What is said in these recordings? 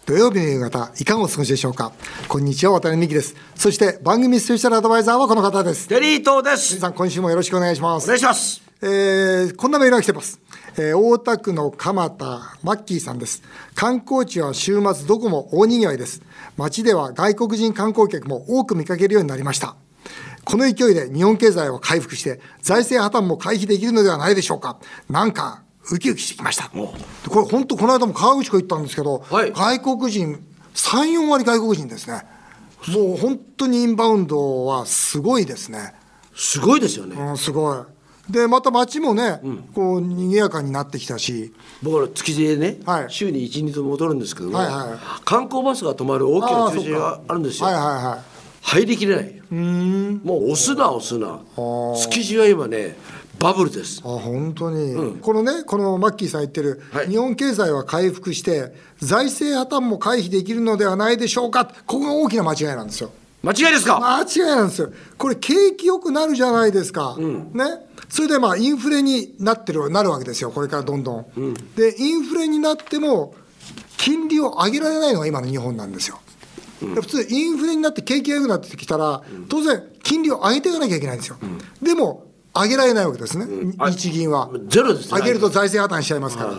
土曜日の夕方、いかがお過ごしでしょうか。こんにちは、渡辺美希です。そして番組スペシャルアドバイザーはこの方です。 テリー東です。 皆さん、今週もよろしくお願いします。 お願いします。 こんなメールが来てます。大田区の蒲田マッキーさんです。観光地は週末どこも大にぎわいです。街では外国人観光客も多く見かけるようになりました。この勢いで日本経済は回復して財政破綻も回避できるのではないでしょうか。なんかウキウキしてきました。これ本当この間も川口湖行ったんですけど、 はい、 外国人 3,4 割外国人ですね。もう本当にインバウンドはすごいですね。 すごいですよね、 すごい。でまた街もね、こう賑やかになってきたし、 僕は築地でね、 はい、 週に 1,2 度戻るんですけども、 はいはい、 観光バスが止まる大きな駐車場があるんですよ。 はいはいはい、 入りきれない。もう押すな築地は今ねバブルです。 本当に、このマッキーさん言ってる、 はい、 日本経済は回復して財政破綻も回避できるのではないでしょうか。ここが大きな間違いなんですよ。 間違いですか。 間違いなんですよ。これ景気良くなるじゃないですか、ね、それでインフレになるわけですよ、これからどんどん、でインフレになっても金利を上げられないのが今の日本なんですよ。普通インフレになって景気が良くなってきたら当然金利を上げていかなきゃいけないんですよ、でも上げられないわけですね、日銀はゼロですね。 上げると財政破綻しちゃいますから、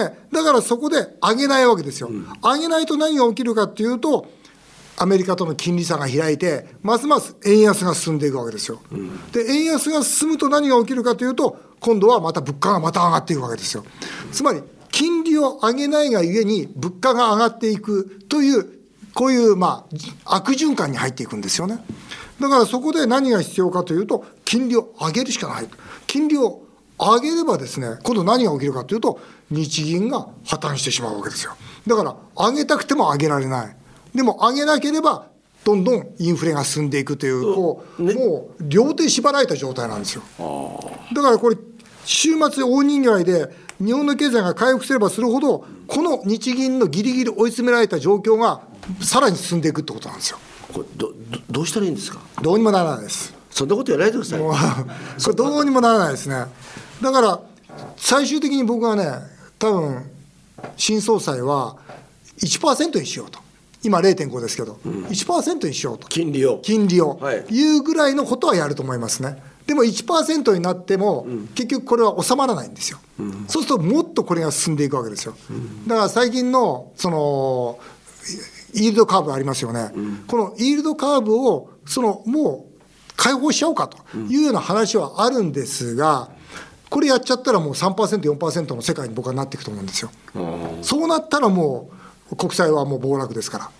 ね、だからそこで上げないわけですよ、上げないと何が起きるかっていうとアメリカとの金利差が開いてますます円安が進んでいくわけですよ、で円安が進むと何が起きるかというと今度はまた物価がまた上がっていくわけですよ。つまり金利を上げないがゆえに物価が上がっていくというこういう悪循環に入っていくんですよね。だからそこで何が必要かというと金利を上げるしかない。金利を上げればですね、今度何が起きるかというと日銀が破綻してしまうわけですよ。だから上げたくても上げられない。でも上げなければどんどんインフレが進んでいくという、もう両手縛られた状態なんですよ。だからこれ週末大にぎわいで日本の経済が回復すればするほどこの日銀のギリギリ追い詰められた状況がさらに進んでいくってことなんですよ。 これどうしたらいいんですか。 どうにもならないです。 そんなことやらないでください。 これどうにもならないですね。だから最終的に僕はね、多分新総裁は 1% にしようと、今 0.5 ですけど、1% にしようと、金利を、はい、いうぐらいのことはやると思いますね。でも 1% になっても、結局これは収まらないんですよ、そうするともっとこれが進んでいくわけですよ、だから最近のそのイールドカーブありますよね、このイールドカーブをもう解放しちゃおうかというような話はあるんですが、これやっちゃったらもう 3%、4% の世界に僕はなっていくと思うんですよ。そうなったらもう国債はもう暴落ですから、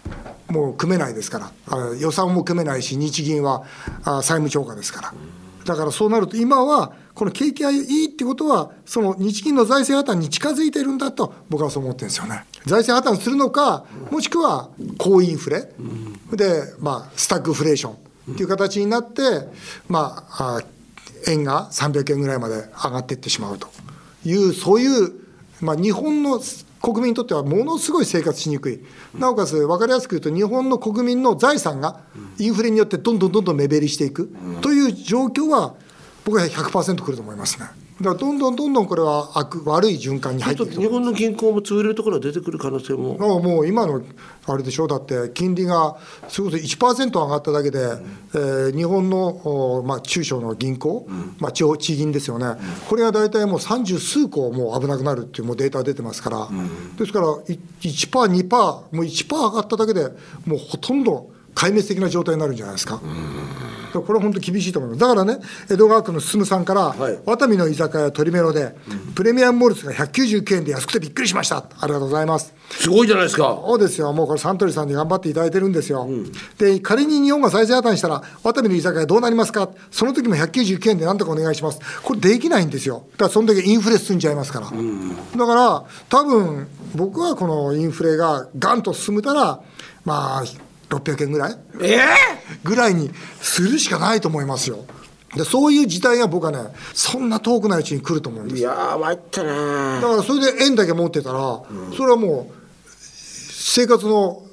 もう組めないですから、予算も組めないし日銀は債務超過ですから、だからそうなると今はこの景気がいいってことはその日銀の財政破綻に近づいているんだと僕はそう思ってるんですよね。財政破綻するのか、もしくは高インフレで、スタッグフレーションっていう形になって、円が300円ぐらいまで上がっていってしまうという、そういう、日本の国民にとってはものすごい生活しにくい、なおかつ分かりやすく言うと日本の国民の財産がインフレによってどんどん目減りしていくという状況は僕は 100% 来ると思いますね。だからどんどんこれは悪い循環に入っていくと。 日本の銀行も潰れるところが出てくる可能性も。 もう今のあれでしょ、だって金利がそれこそ 1% 上がっただけで、日本の、中小の銀行、地銀ですよね、これが大体もう30数個もう危なくなるっていうもうデータ出てますから、ですから 1%、2%、もう 1% 上がっただけでもうほとんど壊滅的な状態になるんじゃないですか。これは本当厳しいと思います。だからね、江戸川区の進さんから、ワタミの居酒屋鳥メロで、プレミアムモルツが199円で安くてびっくりしました。ありがとうございます。 すごいじゃないですか。 そうですよ、もうこれサントリーさんに頑張っていただいてるんですよ、で仮に日本が財政破綻したらワタミの居酒屋どうなりますか、その時も199円でなんとかお願いします。これできないんですよ。だからそんだけインフレ進んじゃいますから、だから多分僕はこのインフレがガンと進むたら600円ぐらい、ぐらいにするしかないと思いますよ。でそういう時代が僕はね、そんな遠くないうちに来ると思うんです。 いやー参ったね。 だからそれで円だけ持ってたら、それはもう生活の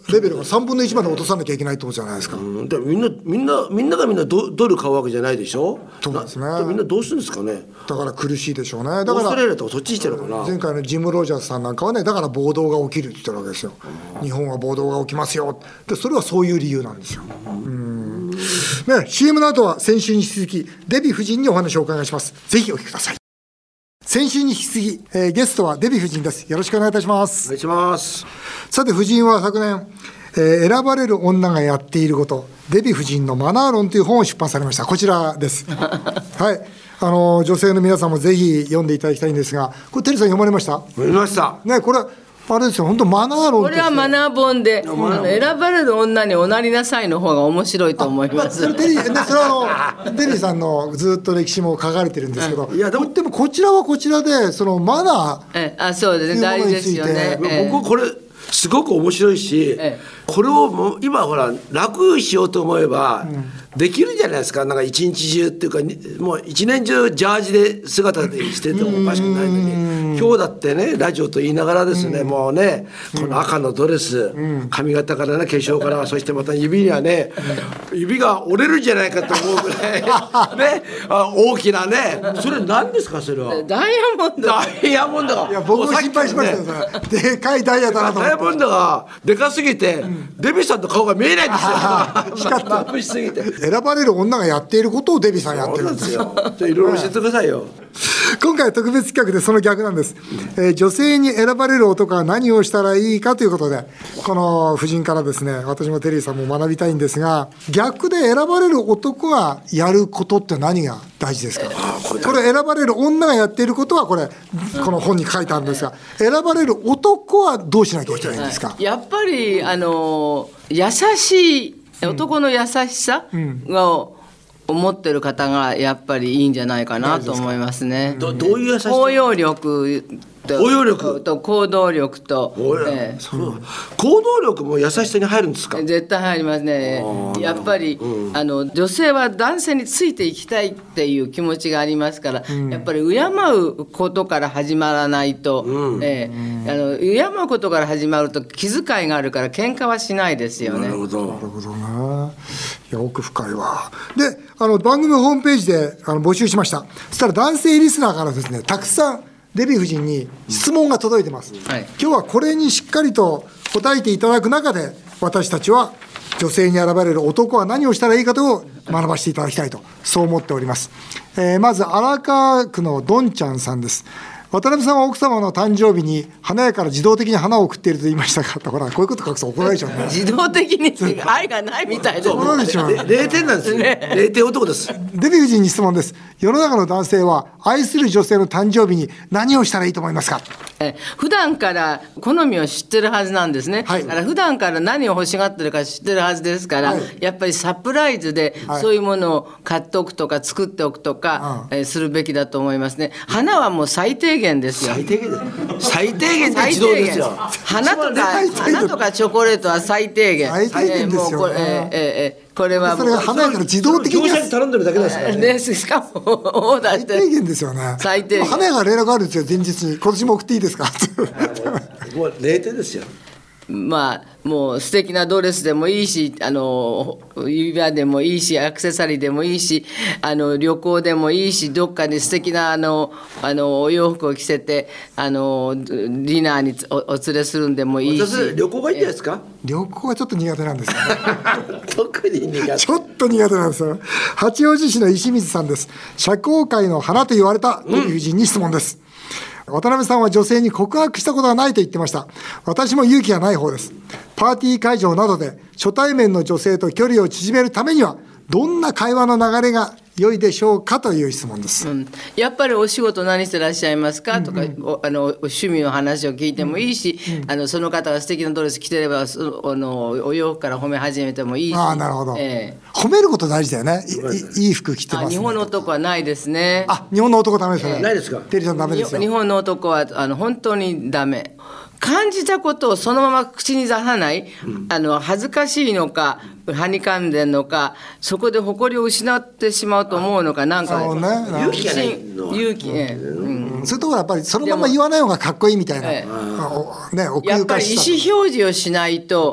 レベルが3分の1まで落とさなきゃいけないってことじゃないですか。 でみんながドル買うわけじゃないでしょ。 そうですね。 みんなどうするんですかね。 だから苦しいでしょうね。だからオーストラリアとかそっち行ってるのかな。 前回のジム・ロジャースさんなんかはね、だから暴動が起きるって言ってるわけですよ。日本は暴動が起きますよで、それはそういう理由なんですよ。ね、CM の後は先週に引き続きデヴィ夫人にお話をお伺いします。ぜひお聞きください。先週に引き続き、ゲストはデヴィ夫人です。よろしくお願いいたします。 お願いします。 さて夫人は昨年、選ばれる女がやっていること、デヴィ夫人のマナー論という本を出版されました。こちらです。はい、女性の皆さんもぜひ読んでいただきたいんですが、これテリーさん読まれました？ 読みました。 ね、これあれですよ、本当マナー論これはマナー本で、選ばれる女におなりなさいの方が面白いと思います。 それテリーさんのずっと歴史も書かれてるんですけど、でもこちらはこちらでそのマナー、 そうですね、大事ですよね。 僕これすごく面白いし、これをもう今ほら楽しようと思えばできるじゃないですか。なんか一日中っていうか、もう一年中ジャージで姿でしててもおかしくないのに、今日だってねラジオと言いながらですね、もうねこの赤のドレス、髪型からね化粧から、そしてまた指にはね、指が折れるんじゃないかと思うぐらいね、大きなね、それ何ですかそれは。 ダイヤモンド。 ダイヤモンドが。 いや僕も心配しましたよ、それでかいダイヤだなと思って。 ダイヤモンドがでかすぎて、デヴィさんの顔が見えないんですよ。眩しすぎて。 選ばれる女がやっていることをデヴィさんやってるんですよ。いろいろ教えてくださいよ。 今回は特別企画でその逆なんです。女性に選ばれる男は何をしたらいいかということで、この夫人からですね、私もテリーさんも学びたいんですが、逆で選ばれる男がやることって何が大事ですか？これ選ばれる女がやっていることはこの本に書いてあるんですが、選ばれる男はどうしなきゃいけないんですか？ やっぱり優しい男の優しさを持ってる方がやっぱりいいんじゃないかなと思いますね。 どういう優しさ？ 包容力と行動力と、 行動力も優しさに入るんですか？ 絶対入りますね。やっぱり、女性は男性についていきたいっていう気持ちがありますから、やっぱり敬うことから始まらないと、敬うことから始まると気遣いがあるから喧嘩はしないですよね。 なるほどな。いや奥深いわ。で番組ホームページで募集しました。そしたら男性リスナーからですね、たくさんデヴィ夫人に質問が届いてます。今日はこれにしっかりと答えていただく中で、私たちは女性に選ばれる男は何をしたらいいかと学ばせていただきたいと、そう思っております。まず荒川区のどんちゃんさんです。渡辺さんは奥様の誕生日に花屋から自動的に花を送っていると言いましたかと。ほらこういうこと書くと怒られちゃうね。 自動的に愛がないみたいで怒られちゃう。 0点なんですよ、0点男です。 デヴィ夫人に質問です。世の中の男性は愛する女性の誕生日に何をしたらいいと思いますか？ 普段から好みを知ってるはずなんですね。だから普段から何を欲しがってるか知ってるはずですから、やっぱりサプライズでそういうものを買っておくとか作っておくとか、するべきだと思いますね。花はもう最低限ですよ。 最低限で自動ですよ。 花とかチョコレートは最低限。 最低限ですよね。 これはそれが花屋から自動的に業者に頼んでるだけですからね。 しかもオーダーして最低限ですよね。 最低限。 花屋が連絡あるんですよ、前日に。今年も送っていいですか？ もう0点ですよ。 もう素敵なドレスでもいいし、指輪でもいいし、アクセサリーでもいいし、旅行でもいいし、どっかに素敵なお洋服を着せてディナーにお連れするんでもいいし。 私旅行がいいんじゃないですか？ 旅行はちょっと苦手なんですよね。 特に苦手。 ちょっと苦手なんですよ。八王子市の石水さんです。社交界の花と言われたデヴィ夫人に質問です。渡辺さんは女性に告白したことがないと言ってました。私も勇気がない方です。パーティー会場などで初対面の女性と距離を縮めるためにはどんな会話の流れが良いでしょうかという質問です。 やっぱりお仕事何してらっしゃいますかとか、趣味の話を聞いてもいいし、その方が素敵なドレス着てればお洋服から褒め始めてもいいし。 なるほど、褒めること大事だよね。いい服着てますね。 日本の男はないですね。 日本の男ダメですね。 ないですか？ テリーさんダメですよ。 日本の男は本当にダメ。感じたことをそのまま口に出さない、恥ずかしいのかはにかんでんのか、そこで誇りを失ってしまうと思うのか、なんか勇気がないの。 勇気ね、 そういうところはやっぱりそのまま言わない方がかっこいいみたいな、 やっぱり意思表示をしないと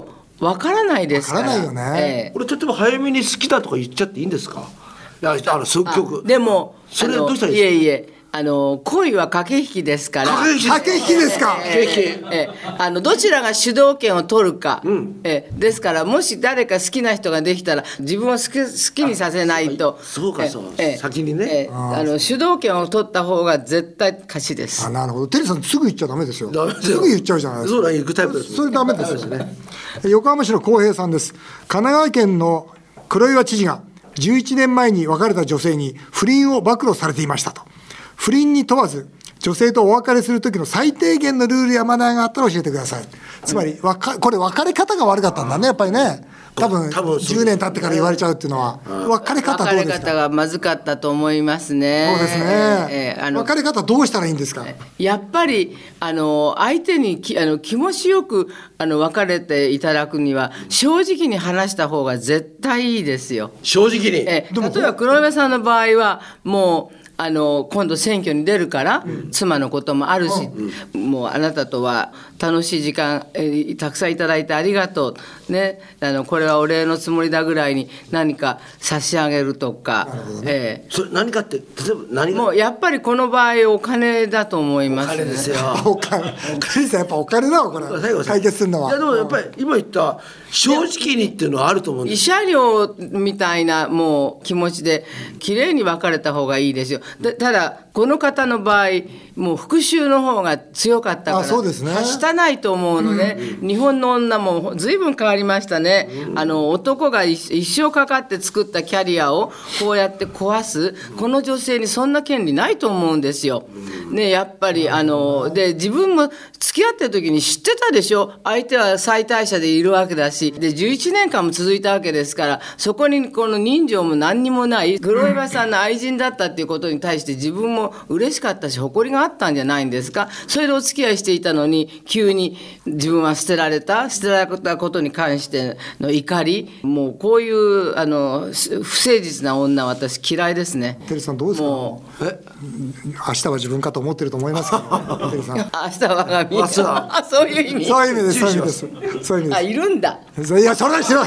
わからないですから。 わからないよね。 これ例えば早めに好きだとか言っちゃっていいんですか？いや即曲。 でもそれどうしたらいいですか？ いえいえ、恋は駆け引きですから。 駆け引きですか？ どちらが主導権を取るか、ですからもし誰か好きな人ができたら自分を好きにさせないと。 そうかそう、先にね、 主導権を取った方が絶対勝ちです。 なるほど。テリーさんすぐ言っちゃダメですよ。 ダメですよ。 すぐ言っちゃうじゃないですか。 そうだ、行くタイプです。 それダメですよね。横浜市の浩平さんです。神奈川県の黒岩知事が11年前に別れた女性に不倫を暴露されていましたと。不倫に問わず女性とお別れする時の最低限のルールやマナーがあったら教えてください。つまりこれ別れ方が悪かったんだね、やっぱりね。多分10年経ってから言われちゃうっていうのは、別れ方どうですか？ 別れ方がまずかったと思いますね。 そうですね。別れ方どうしたらいいんですか？ やっぱり相手に気持ちよく別れていただくには正直に話した方が絶対いいですよ。 正直に。 例えば黒岩さんの場合はもう今度選挙に出るから、妻のこともあるし、もうあなたとは楽しい時間、たくさんいただいてありがとう、ね、これはお礼のつもりだぐらいに何か差し上げるとか、 それ何かって例えば何が？ もうやっぱりこの場合お金だと思いますね。 お金ですよ。 お金、やっぱお金だわ、これ解決するのは。 いやでもやっぱり今言った正直にっていうのはあると思うんです慰謝料みたいなもう気持ちできれいに別れた方がいいですよ。ただこの方の場合もう復讐の方が強かったからそうですね、 はしたないと思うのね、日本の女も随分変わりましたね、男が一生かかって作ったキャリアをこうやって壊す、この女性にそんな権利ないと思うんですよ、ね、やっぱりで自分も付き合ってる時に知ってたでしょ、相手は妻帯者でいるわけだし、で11年間も続いたわけですから、そこにこの人情も何にもない黒岩さんの愛人だったっていうことに対して自分も嬉しかったし誇りがあったんじゃないんですか。それでお付き合いしていたのに急に自分は捨てられたことに関しての怒り、もうこういう不誠実な女は私嫌いですね。 テリーさんどうですか？もう明日は自分かと思ってると思いますけど、テリーさん。 明日は我が身。そういう意味。 そういう意味です。そういう意味です。そういう意味です。 いるんだ。 いや、それは知らない。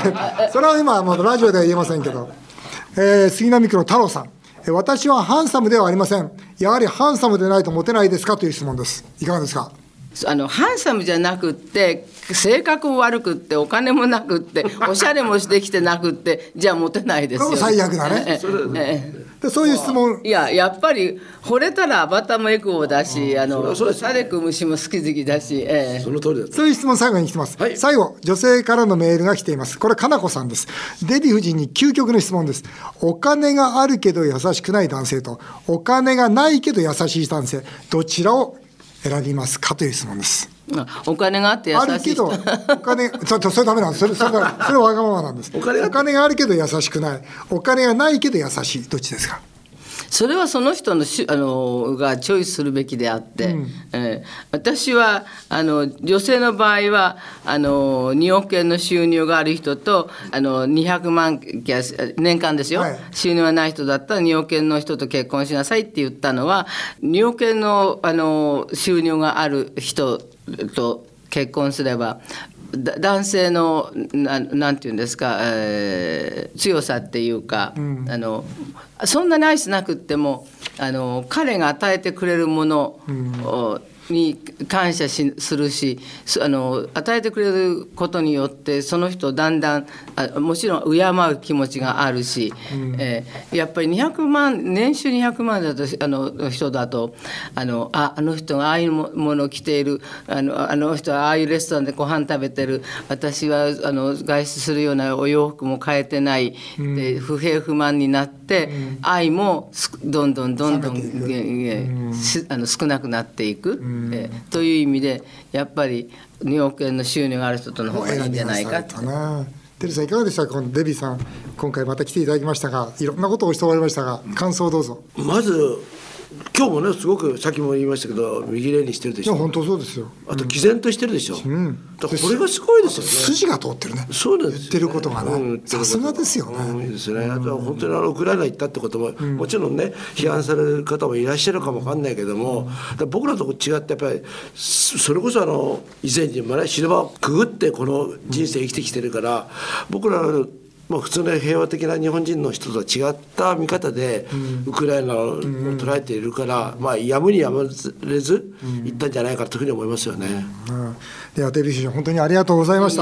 それは今もうラジオでは言えませんけど。杉並区の太郎さん。私はハンサムではありません。やはりハンサムでないとモテないですかという質問です。いかがですか？ ハンサムじゃなくって性格も悪くってお金もなくっておしゃれもしてきてなくってじゃあモテないですよ、ね、 最悪だね。でそういう質問。 いや、やっぱり惚れたらアバターもエクボだし、サレク虫も好き好きだし、 その通りだ。 そういう質問最後に来てます、 はい、 最後女性からのメールが来ています。これかなこさんです。デヴィ夫人に究極の質問です。お金があるけど優しくない男性とお金がないけど優しい男性、どちらを選びますかという質問です。 お金があって優しい人。 あるけどお金それダメなんです。それはわがままなんです。お金があるけど優しくない、お金がないけど優しい、どっちですか？ それはその人のがチョイスするべきであって、私は女性の場合は2億円の収入がある人と200万年間ですよ、はい、収入がない人だったら2億円の人と結婚しなさいって言ったのは、2億円の収入がある人と結婚すれば男性のなんていうんですか、強さっていうか、そんなに愛しなくっても彼が与えてくれるものに感謝するし、与えてくれることによってその人をだんだんもちろん敬う気持ちがあるし、やっぱり年収200万だと人だとあの人がああいうものを着ている、あの人はああいうレストランでご飯食べてる、私は外出するようなお洋服も買えてない、で不平不満になって、愛もどんどん少なくなっていく。という意味でやっぱり2億円の収入がある人との方がいいんじゃないかって。 テリーさんいかがでしたか？このデヴィさん今回また来ていただきましたが、いろんなことをしておられましたが感想をどうぞ。 まず今日もねすごくさっきも言いましたけど右レーンにしてるでしょ。 いや本当そうですよ。 あと毅然としてるでしょ。だからこれがすごいですよね。 筋が通ってるね。 そうなんですよね。 言ってることがね、さすがですよね。 いいですね。あとは本当にウクライナ行ったってことも、もちろんね批判される方もいらっしゃるかもわかんないけども、だから僕らと違ってやっぱりそれこそ以前にもね死ぬ場をくぐってこの人生生きてきてるから、僕ら普通の平和的な日本人の人とは違った見方でウクライナを捉えているから、やむにやまれず行ったんじゃないかというふうに思いますよね。 ではデヴィ夫人本当にありがとうございました。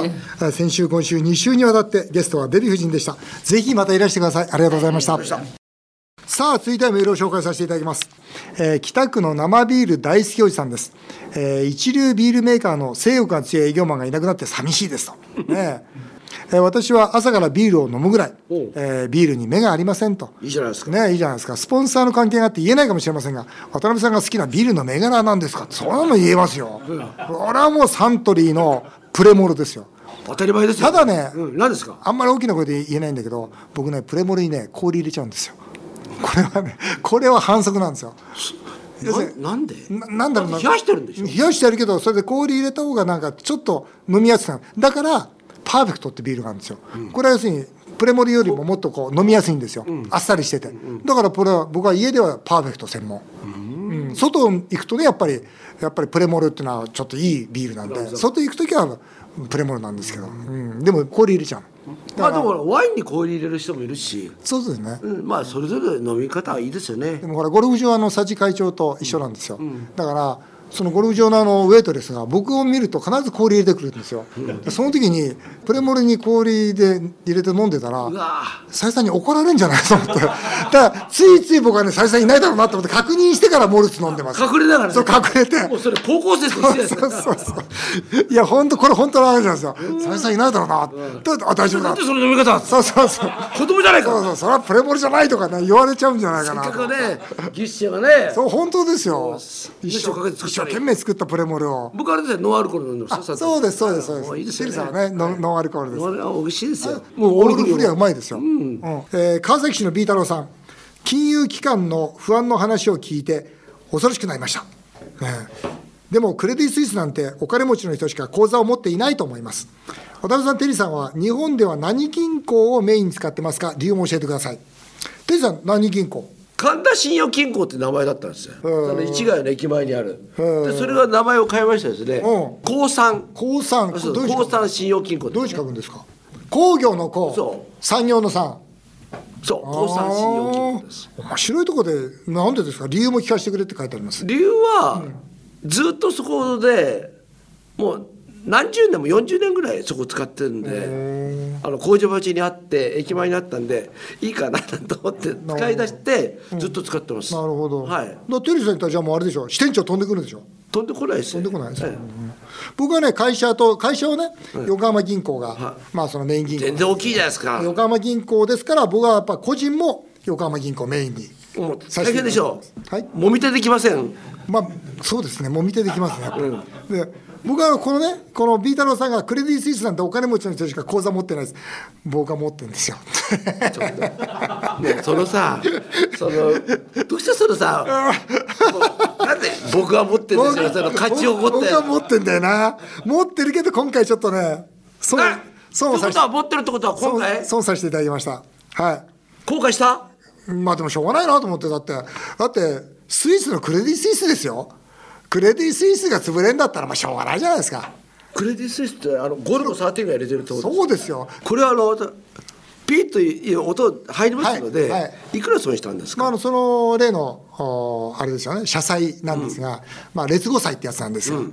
先週今週2週にわたってゲストはデヴィ夫人でした。ぜひまたいらしてください。ありがとうございました。さあ続いてはメールを紹介させていただきます。北区の生ビール大好きおじさんです。一流ビールメーカーの性欲が強い営業マンがいなくなって寂しいですと、私は朝からビールを飲むぐらい、ビールに目がありませんと。 いいじゃないですか。 ね、いいじゃないですか。スポンサーの関係があって言えないかもしれませんが、渡辺さんが好きなビールの銘柄は何ですか。そんなの言えますよ。これはもうサントリーのプレモルですよ。 当たり前ですよ。 ただね、 何ですか。 あんまり大きな声で言えないんだけど、僕ねプレモルにね氷入れちゃうんですよ。これはね、これは反則なんですよ。 なんで？ なんだろうな。 冷やしてるんでしょ。 冷やしてるけど、それで氷入れた方がなんかちょっと飲みやすくなる。だからパーフェクトってビールがあるんですよ。これは要するにプレモルよりももっとこう飲みやすいんですよ。あっさりしてて。だからこれは僕は家ではパーフェクト専門。外行くとねやっぱりプレモルっていうのはちょっといいビールなんで、外行くときはプレモルなんですけど、でも氷入れちゃう。 でもワインに氷入れる人もいるし。 そうですね。 それぞれ飲み方はいいですよね。 でもほらゴルフ場は佐治会長と一緒なんですよ。だからそのゴルフ場のウェイトレスが僕を見ると必ず氷入れてくるんですよ。その時にプレモルに氷で入れて飲んでたら斉さんに怒られるんじゃないと思って、だからついつい僕はね斉さんいないだろうなと思って確認してからモルツ飲んでます。 隠れながらね。 そう隠れて。 もうそれ高校生と一緒ですから。 そういや本当これ本当の話なんですよ。斉さんいないだろうな。大丈夫だ。 なんでその飲み方。 そう子供じゃないか。 それはプレモルじゃないとかね言われちゃうんじゃないかな。 せっかくねギッシュがね。 そう本当ですよ。 一生かけて作った一生懸命作ったプレモルを。 僕あれですよ、ノンアルコール飲んでます。 そうですそうです。 いいですよね。 シルさんはねノンアルコールです。 美味しいですよ。 もうオールフリーはうまいですよ。川崎市のビー太郎さん、金融機関の不安の話を聞いて恐ろしくなりました。でもクレディ・スイスなんてお金持ちの人しか口座を持っていないと思います。渡辺さん、テリーさんは日本では何銀行をメインに使ってますか。理由も教えてください。テリーさん何銀行。 神田信用金庫って名前だったんですよ。市ヶ谷の駅前にある。でそれが名前を変えましたですね。興産信用金庫。 どういう字書くんですか。工業の工、産業の産。 そう、興産信用金庫です。 面白いところでなんでですか。理由も聞かせてくれって書いてあります。 理由は、ずっとそこでもう何十年も40年ぐらいそこ使ってるんで、工場町にあって駅前にあったんでいいかなと思って使い出してずっと使ってます。 なるほど。 はい。 テリーさんとじゃあもうあれでしょ。支店長飛んでくるんでしょ。 飛んでこないですよ。 飛んでこないですよ。僕はね会社はね横浜銀行がそのメイン銀行。 全然大きいじゃないですか。 横浜銀行ですから僕はやっぱ個人も横浜銀行メインに。 大変でしょう。 はい。 もみ手できません。 そうですね。もみ手できますね。で僕はこのビー太郎さんがクレディ・スイスなんてお金持ちの人しか口座持ってないです。僕は持ってるんですよ。 ね、そのさどうしてそのさなんで僕は持ってるんですよ。その価値を持って。 僕は持ってんだよな。持ってるけど今回ちょっとね損させて。持ってるってことは今回損させていただきました。はい。 後悔した。 でもしょうがないなと思って。だってスイスのクレディ・スイスですよ。クレディ・スイスが潰れんだったらしょうがないじゃないですか。 クレディ・スイスってゴルゴ13が入れてるってことですか。 そうですよ。 これはピッという音入りますので、いくら損したんですか。 その例のあれですよね、社債なんですが、劣後債ってやつなんですよ。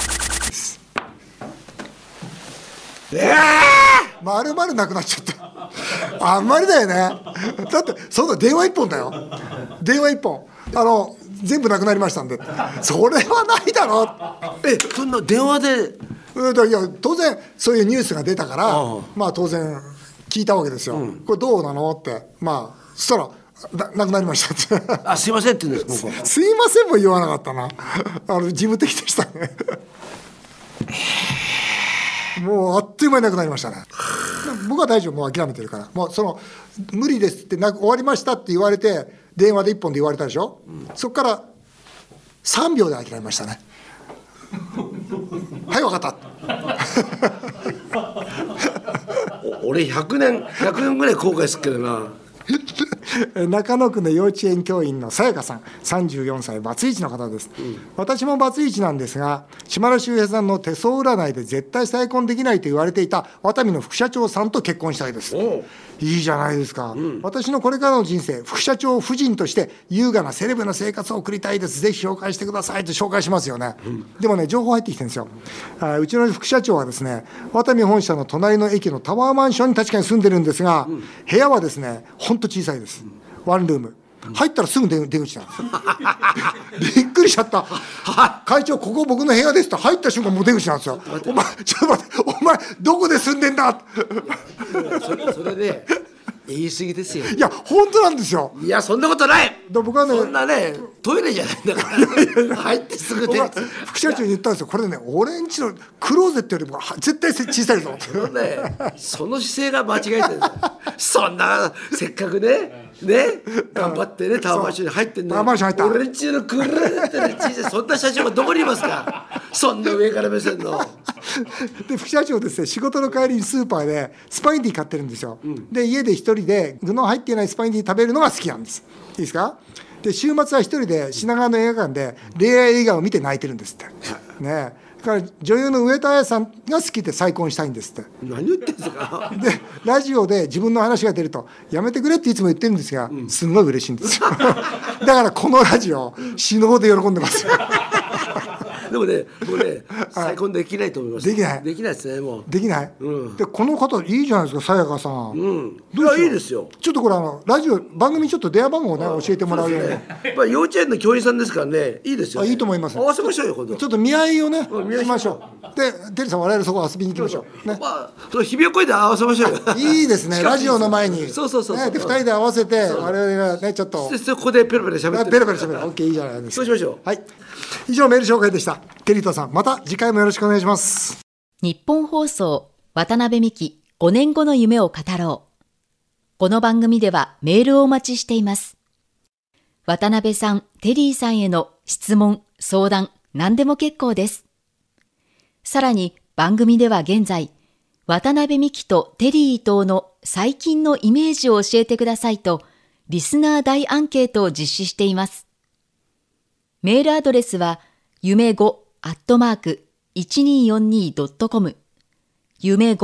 丸々なくなっちゃった。あんまりだよね。だってそんな電話一本だよ。電話一本全部なくなりましたんで。それはないだろ。 そんな電話で。 いや当然そういうニュースが出たから当然聞いたわけですよ。これどうなのって。そしたらなくなりましたって。 すいませんって言うんですか。 すいませんも言わなかったな。事務的でしたね。もうあっという間になくなりましたね。 僕は大丈夫、もう諦めてるから。もう無理ですって終わりましたって言われて、電話で1本で言われたでしょ、そこから3秒で諦めましたね。はい分かった俺100年ぐらい後悔するけどな。 中野区の幼稚園教員のさやかさん、34歳、バツイチの方です。私もバツイチなんですが、島田秀平さんの手相占いで絶対再婚できないと言われていたワタミの副社長さんと結婚したいです。いいじゃないですか、私のこれからの人生、副社長夫人として優雅なセレブな生活を送りたいです、ぜひ紹介してくださいと紹介しますよね、でもね、情報入ってきてるんですよ。うちの副社長はですね、ワタミ本社の隣の駅のタワーマンションに確かに住んでるんですが、部屋はですね、ほんと小さいです。ワンルーム入ったらすぐ出口なんですびっくりしちゃった。会長、ここ僕の部屋ですって入った瞬間もう出口なんですよ。お前ちょっと待って、お前どこで住んでんだそれで言い過ぎですよ。 いや本当なんですよ。 いやそんなことない。 僕はね、 そんなねトイレじゃないんだから入ってすぐ出る。 副社長に言ったんですよ、これね、俺んちのクローゼットよりも絶対小さいぞその姿勢が間違えてるそんなせっかくね頑張ってねタワーマンションに入ってんのよ。俺んちのクローゼットより小さい、そんな社長がどこにいますかそんな上から目線ので副社長ですね、仕事の帰りにスーパーでスパインディ買ってるんですよ、で家で一人で具の入っていないスパインディ食べるのが好きなんです。いいですか。で週末は一人で品川の映画館で恋愛映画を見て泣いてるんですってね。だから女優の上戸彩さんが好きで再婚したいんですって。 何言ってんですか。 でラジオで自分の話が出るとやめてくれっていつも言ってるんですが、すんごい嬉しいんですよだからこのラジオ死ぬほど喜んでますよでもね、もうね、再婚できないと思います。 できないですね、もう。 できない、でこの方いいじゃないですか、さやかさん、 どうしよう。いいですよ。 ちょっとこれラジオ番組ちょっと電話番号をね教えてもらうように、 幼稚園の教員さんですからね、いいですよ。 いいと思います。 合わせましょうよ今度。 ちょっと見合いをねしましょう。でテリーさん、我々そこ遊びに行きましょうね。 その日々を越えて合わせましょうよ。 いいですね、ラジオの前に。 そうで 2人で合わせて我々がねちょっとここでペロペロ喋って。 ペロペロ喋る。オッケー、いいじゃないですか。 そうしましょう。 はい。以上メール紹介でした。テリーとさん、また次回もよろしくお願いします。 日本放送渡辺美希5年後の夢を語ろう。この番組ではメールをお待ちしています。渡辺さん、テリーさんへの質問、相談、何でも結構です。さらに番組では現在、渡辺美希とテリー伊藤の最近のイメージを教えてくださいと、リスナー大アンケートを実施しています。メールアドレスは、夢5@1242.com、夢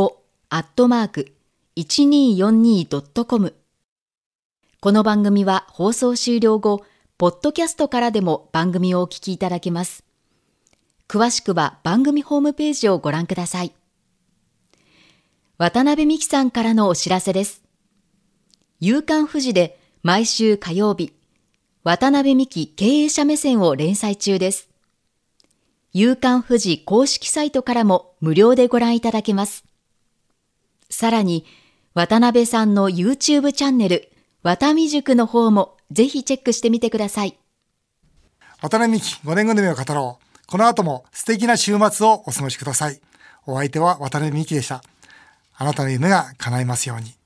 5@1242.com。この番組は放送終了後、ポッドキャストからでも番組をお聞きいただけます。詳しくは番組ホームページをご覧ください。渡辺美希さんからのお知らせです。夕刊フジで毎週火曜日、渡辺美希経営者目線を連載中です。夕刊フジ公式サイトからも無料でご覧いただけます。さらに、渡辺さんの YouTube チャンネル、渡美塾の方もぜひチェックしてみてください。 渡辺美希5年後の夢を語ろう。この後も素敵な週末をお過ごしください。お相手は渡辺美希でした。あなたの夢が叶いますように。